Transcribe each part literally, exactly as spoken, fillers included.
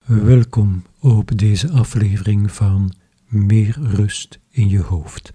Welkom op deze aflevering van Meer rust in je hoofd.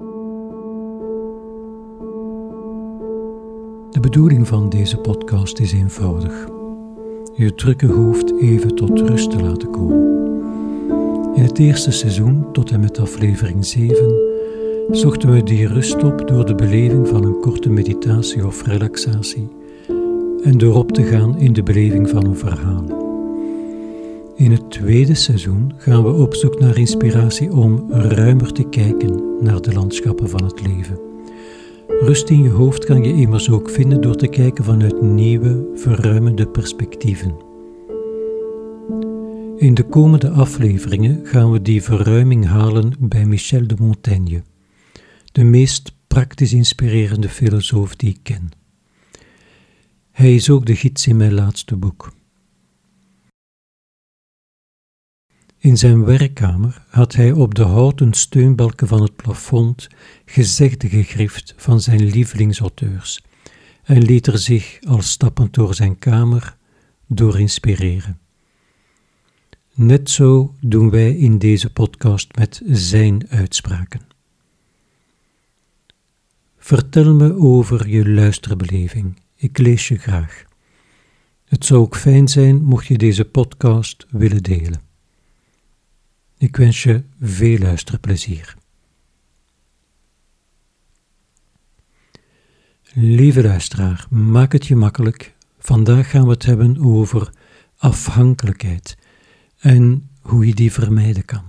De bedoeling van deze podcast is eenvoudig: je drukke hoofd even tot rust te laten komen. In het eerste seizoen, tot en met aflevering zeven, zochten we die rust op door de beleving van een korte meditatie of relaxatie en door op te gaan in de beleving van een verhaal. In het tweede seizoen gaan we op zoek naar inspiratie om ruimer te kijken naar de landschappen van het leven. Rust in je hoofd kan je immers ook vinden door te kijken vanuit nieuwe, verruimende perspectieven. In de komende afleveringen gaan we die verruiming halen bij Michel de Montaigne, de meest praktisch inspirerende filosoof die ik ken. Hij is ook de gids in mijn laatste boek. In zijn werkkamer had hij op de houten steunbalken van het plafond gezegden gegrift van zijn lievelingsauteurs en liet er zich, al stappend door zijn kamer, door inspireren. Net zo doen wij in deze podcast met zijn uitspraken. Vertel me over je luisterbeleving. Ik lees je graag. Het zou ook fijn zijn mocht je deze podcast willen delen. Ik wens je veel luisterplezier. Lieve luisteraar, maak het je makkelijk. Vandaag gaan we het hebben over afhankelijkheid en hoe je die vermijden kan.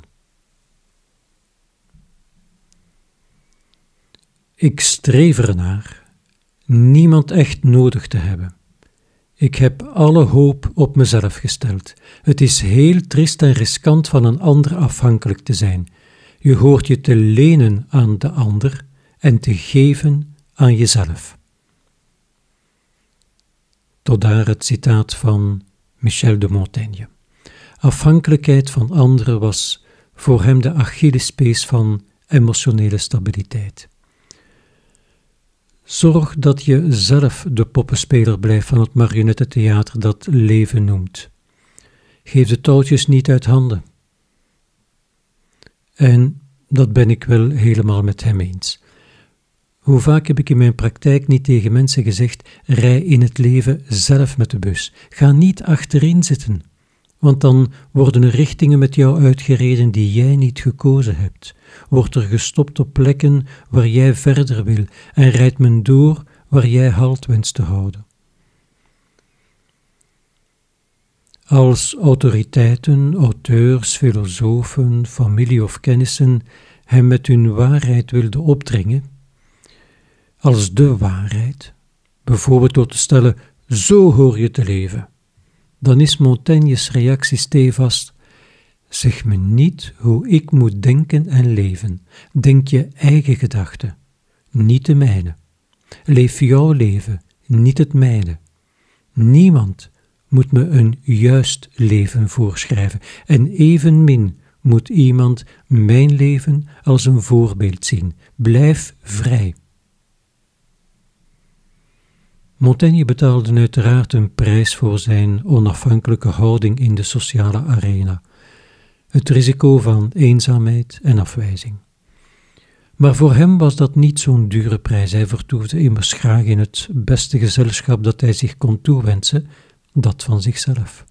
Ik streef ernaar niemand echt nodig te hebben. Ik heb alle hoop op mezelf gesteld. Het is heel triest en riskant van een ander afhankelijk te zijn. Je hoort je te lenen aan de ander en te geven aan jezelf. Tot daar het citaat van Michel de Montaigne. Afhankelijkheid van anderen was voor hem de Achillespees van emotionele stabiliteit. Zorg dat je zelf de poppenspeler blijft van het marionettentheater dat leven noemt. Geef de touwtjes niet uit handen. En dat ben ik wel helemaal met hem eens. Hoe vaak heb ik in mijn praktijk niet tegen mensen gezegd: rij in het leven zelf met de bus. Ga niet achterin zitten, want dan worden er richtingen met jou uitgereden die jij niet gekozen hebt. Wordt er gestopt op plekken waar jij verder wil en rijdt men door waar jij halt wenst te houden. Als autoriteiten, auteurs, filosofen, familie of kennissen hem met hun waarheid wilden opdringen, als de waarheid, bijvoorbeeld door te stellen: zo hoor je te leven, dan is Montaigne's reactie stevast: zeg me niet hoe ik moet denken en leven. Denk je eigen gedachten, niet de mijne. Leef jouw leven, niet het mijne. Niemand moet me een juist leven voorschrijven en evenmin moet iemand mijn leven als een voorbeeld zien. Blijf vrij. Montaigne betaalde uiteraard een prijs voor zijn onafhankelijke houding in de sociale arena. Het risico van eenzaamheid en afwijzing. Maar voor hem was dat niet zo'n dure prijs. Hij vertoefde immers graag in het beste gezelschap dat hij zich kon toewensen, dat van zichzelf.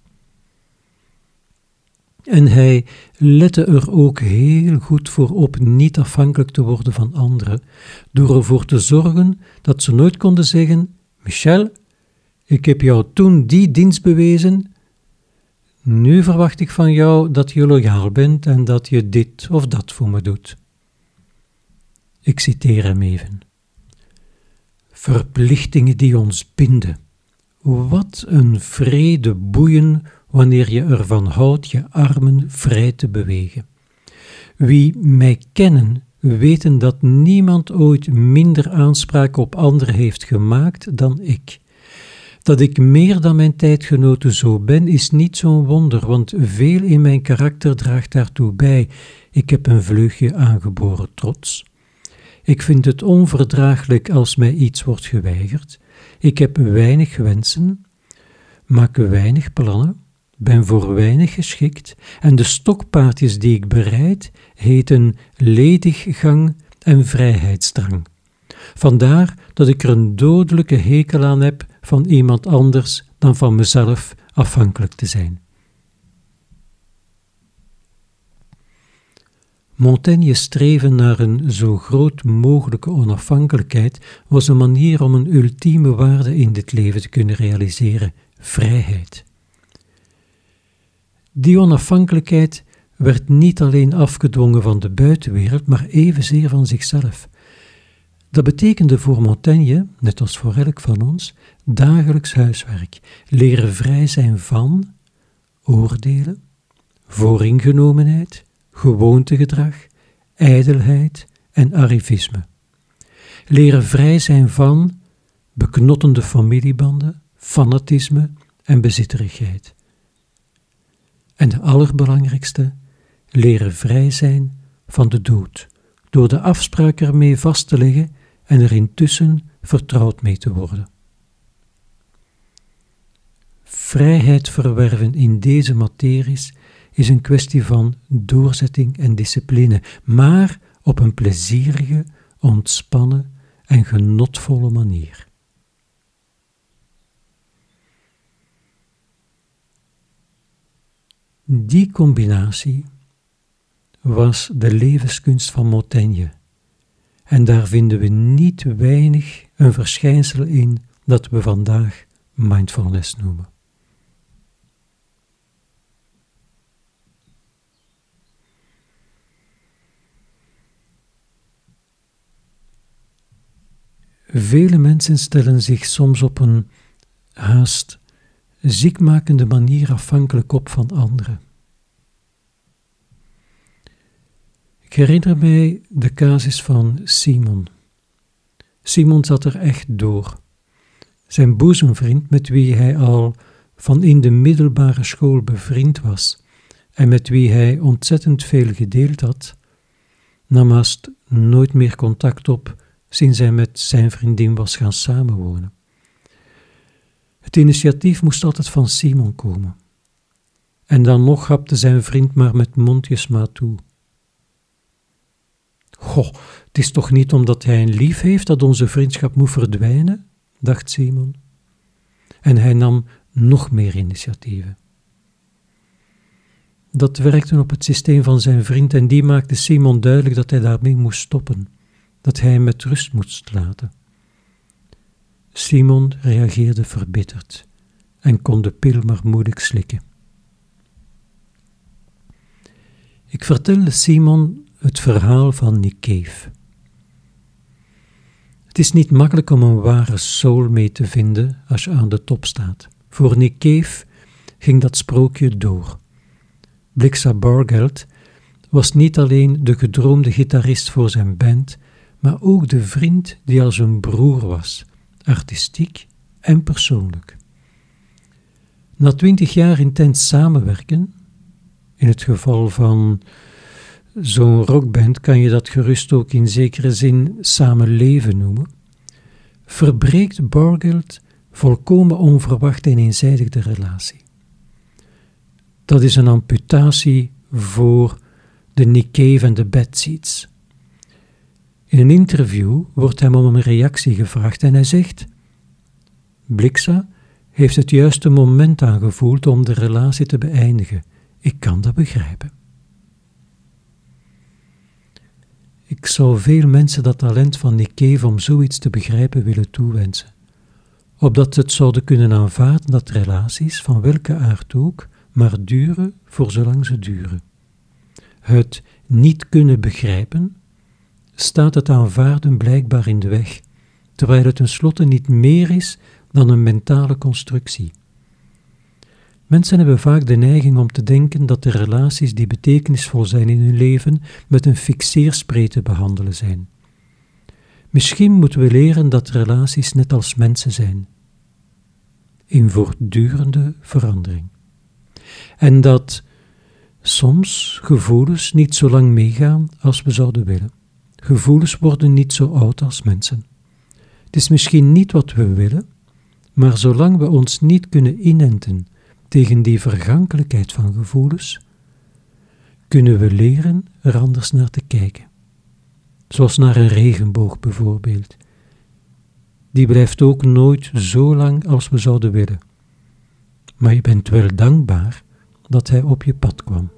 En hij lette er ook heel goed voor op niet afhankelijk te worden van anderen, door ervoor te zorgen dat ze nooit konden zeggen: Michel, ik heb jou toen die dienst bewezen, nu verwacht ik van jou dat je loyaal bent en dat je dit of dat voor me doet. Ik citeer hem even. Verplichtingen die ons binden. Wat een vrede boeien wanneer je ervan houdt je armen vrij te bewegen. Wie mij kennen, weten dat niemand ooit minder aanspraak op anderen heeft gemaakt dan ik. Dat ik meer dan mijn tijdgenoten zo ben, is niet zo'n wonder, want veel in mijn karakter draagt daartoe bij. Ik heb een vleugje aangeboren trots. Ik vind het onverdraaglijk als mij iets wordt geweigerd. Ik heb weinig wensen, maak weinig plannen, ben voor weinig geschikt en de stokpaardjes die ik bereid heten lediggang en vrijheidsdrang. Vandaar dat ik er een dodelijke hekel aan heb van iemand anders dan van mezelf afhankelijk te zijn. Montaigne's streven naar een zo groot mogelijke onafhankelijkheid was een manier om een ultieme waarde in dit leven te kunnen realiseren: vrijheid. Die onafhankelijkheid werd niet alleen afgedwongen van de buitenwereld, maar evenzeer van zichzelf. Dat betekende voor Montaigne, net als voor elk van ons, dagelijks huiswerk, leren vrij zijn van oordelen, vooringenomenheid, gewoontegedrag, ijdelheid en arrivisme. Leren vrij zijn van beknottende familiebanden, fanatisme en bezitterigheid. En de allerbelangrijkste, leren vrij zijn van de dood, door de afspraak ermee vast te leggen en er intussen vertrouwd mee te worden. Vrijheid verwerven in deze materies is een kwestie van doorzetting en discipline, maar op een plezierige, ontspannen en genotvolle manier. Die combinatie was de levenskunst van Montaigne, en daar vinden we niet weinig een verschijnsel in dat we vandaag mindfulness noemen. Vele mensen stellen zich soms op een haast ziekmakende manier afhankelijk op van anderen. Ik herinner mij de casus van Simon. Simon zat er echt door. Zijn boezemvriend, met wie hij al van in de middelbare school bevriend was en met wie hij ontzettend veel gedeeld had, nam haast nooit meer contact op sinds hij met zijn vriendin was gaan samenwonen. Het initiatief moest altijd van Simon komen. En dan nog hapte zijn vriend maar met mondjesmaat toe. Goh, het is toch niet omdat hij een lief heeft dat onze vriendschap moet verdwijnen, dacht Simon. En hij nam nog meer initiatieven. Dat werkte op het systeem van zijn vriend en die maakte Simon duidelijk dat hij daarmee moest stoppen, dat hij hem met rust moest laten. Simon reageerde verbitterd en kon de pil maar moeilijk slikken. Ik vertelde Simon het verhaal van Nick Cave. Het is niet makkelijk om een ware soulmate te vinden als je aan de top staat. Voor Nick Cave ging dat sprookje door. Blixa Bargeld was niet alleen de gedroomde gitarist voor zijn band, maar ook de vriend die als een broer was, artistiek en persoonlijk. Na twintig jaar intens samenwerken, in het geval van zo'n rockband kan je dat gerust ook in zekere zin samenleven noemen, verbreekt Bargeld volkomen onverwacht en eenzijdig de relatie. Dat is een amputatie voor de Nick Cave en de Bad Seeds. In een interview wordt hem om een reactie gevraagd en hij zegt: Blixa heeft het juiste moment aangevoeld om de relatie te beëindigen. Ik kan dat begrijpen. Ik zou veel mensen dat talent van Nick Cave om zoiets te begrijpen willen toewensen, opdat ze het zouden kunnen aanvaarden dat relaties, van welke aard ook, maar duren voor zolang ze duren. Het niet kunnen begrijpen staat het aanvaarden blijkbaar in de weg, terwijl het tenslotte niet meer is dan een mentale constructie. Mensen hebben vaak de neiging om te denken dat de relaties die betekenisvol zijn in hun leven met een fixeerspray te behandelen zijn. Misschien moeten we leren dat relaties net als mensen zijn, in voortdurende verandering. En dat soms gevoelens niet zo lang meegaan als we zouden willen. Gevoelens worden niet zo oud als mensen. Het is misschien niet wat we willen, maar zolang we ons niet kunnen inenten tegen die vergankelijkheid van gevoelens, kunnen we leren er anders naar te kijken. Zoals naar een regenboog bijvoorbeeld. Die blijft ook nooit zo lang als we zouden willen. Maar je bent wel dankbaar dat hij op je pad kwam.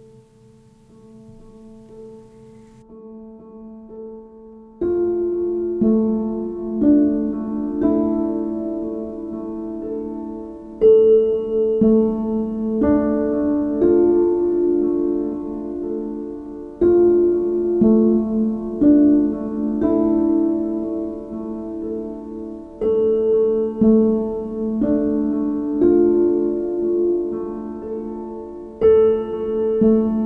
Thank you.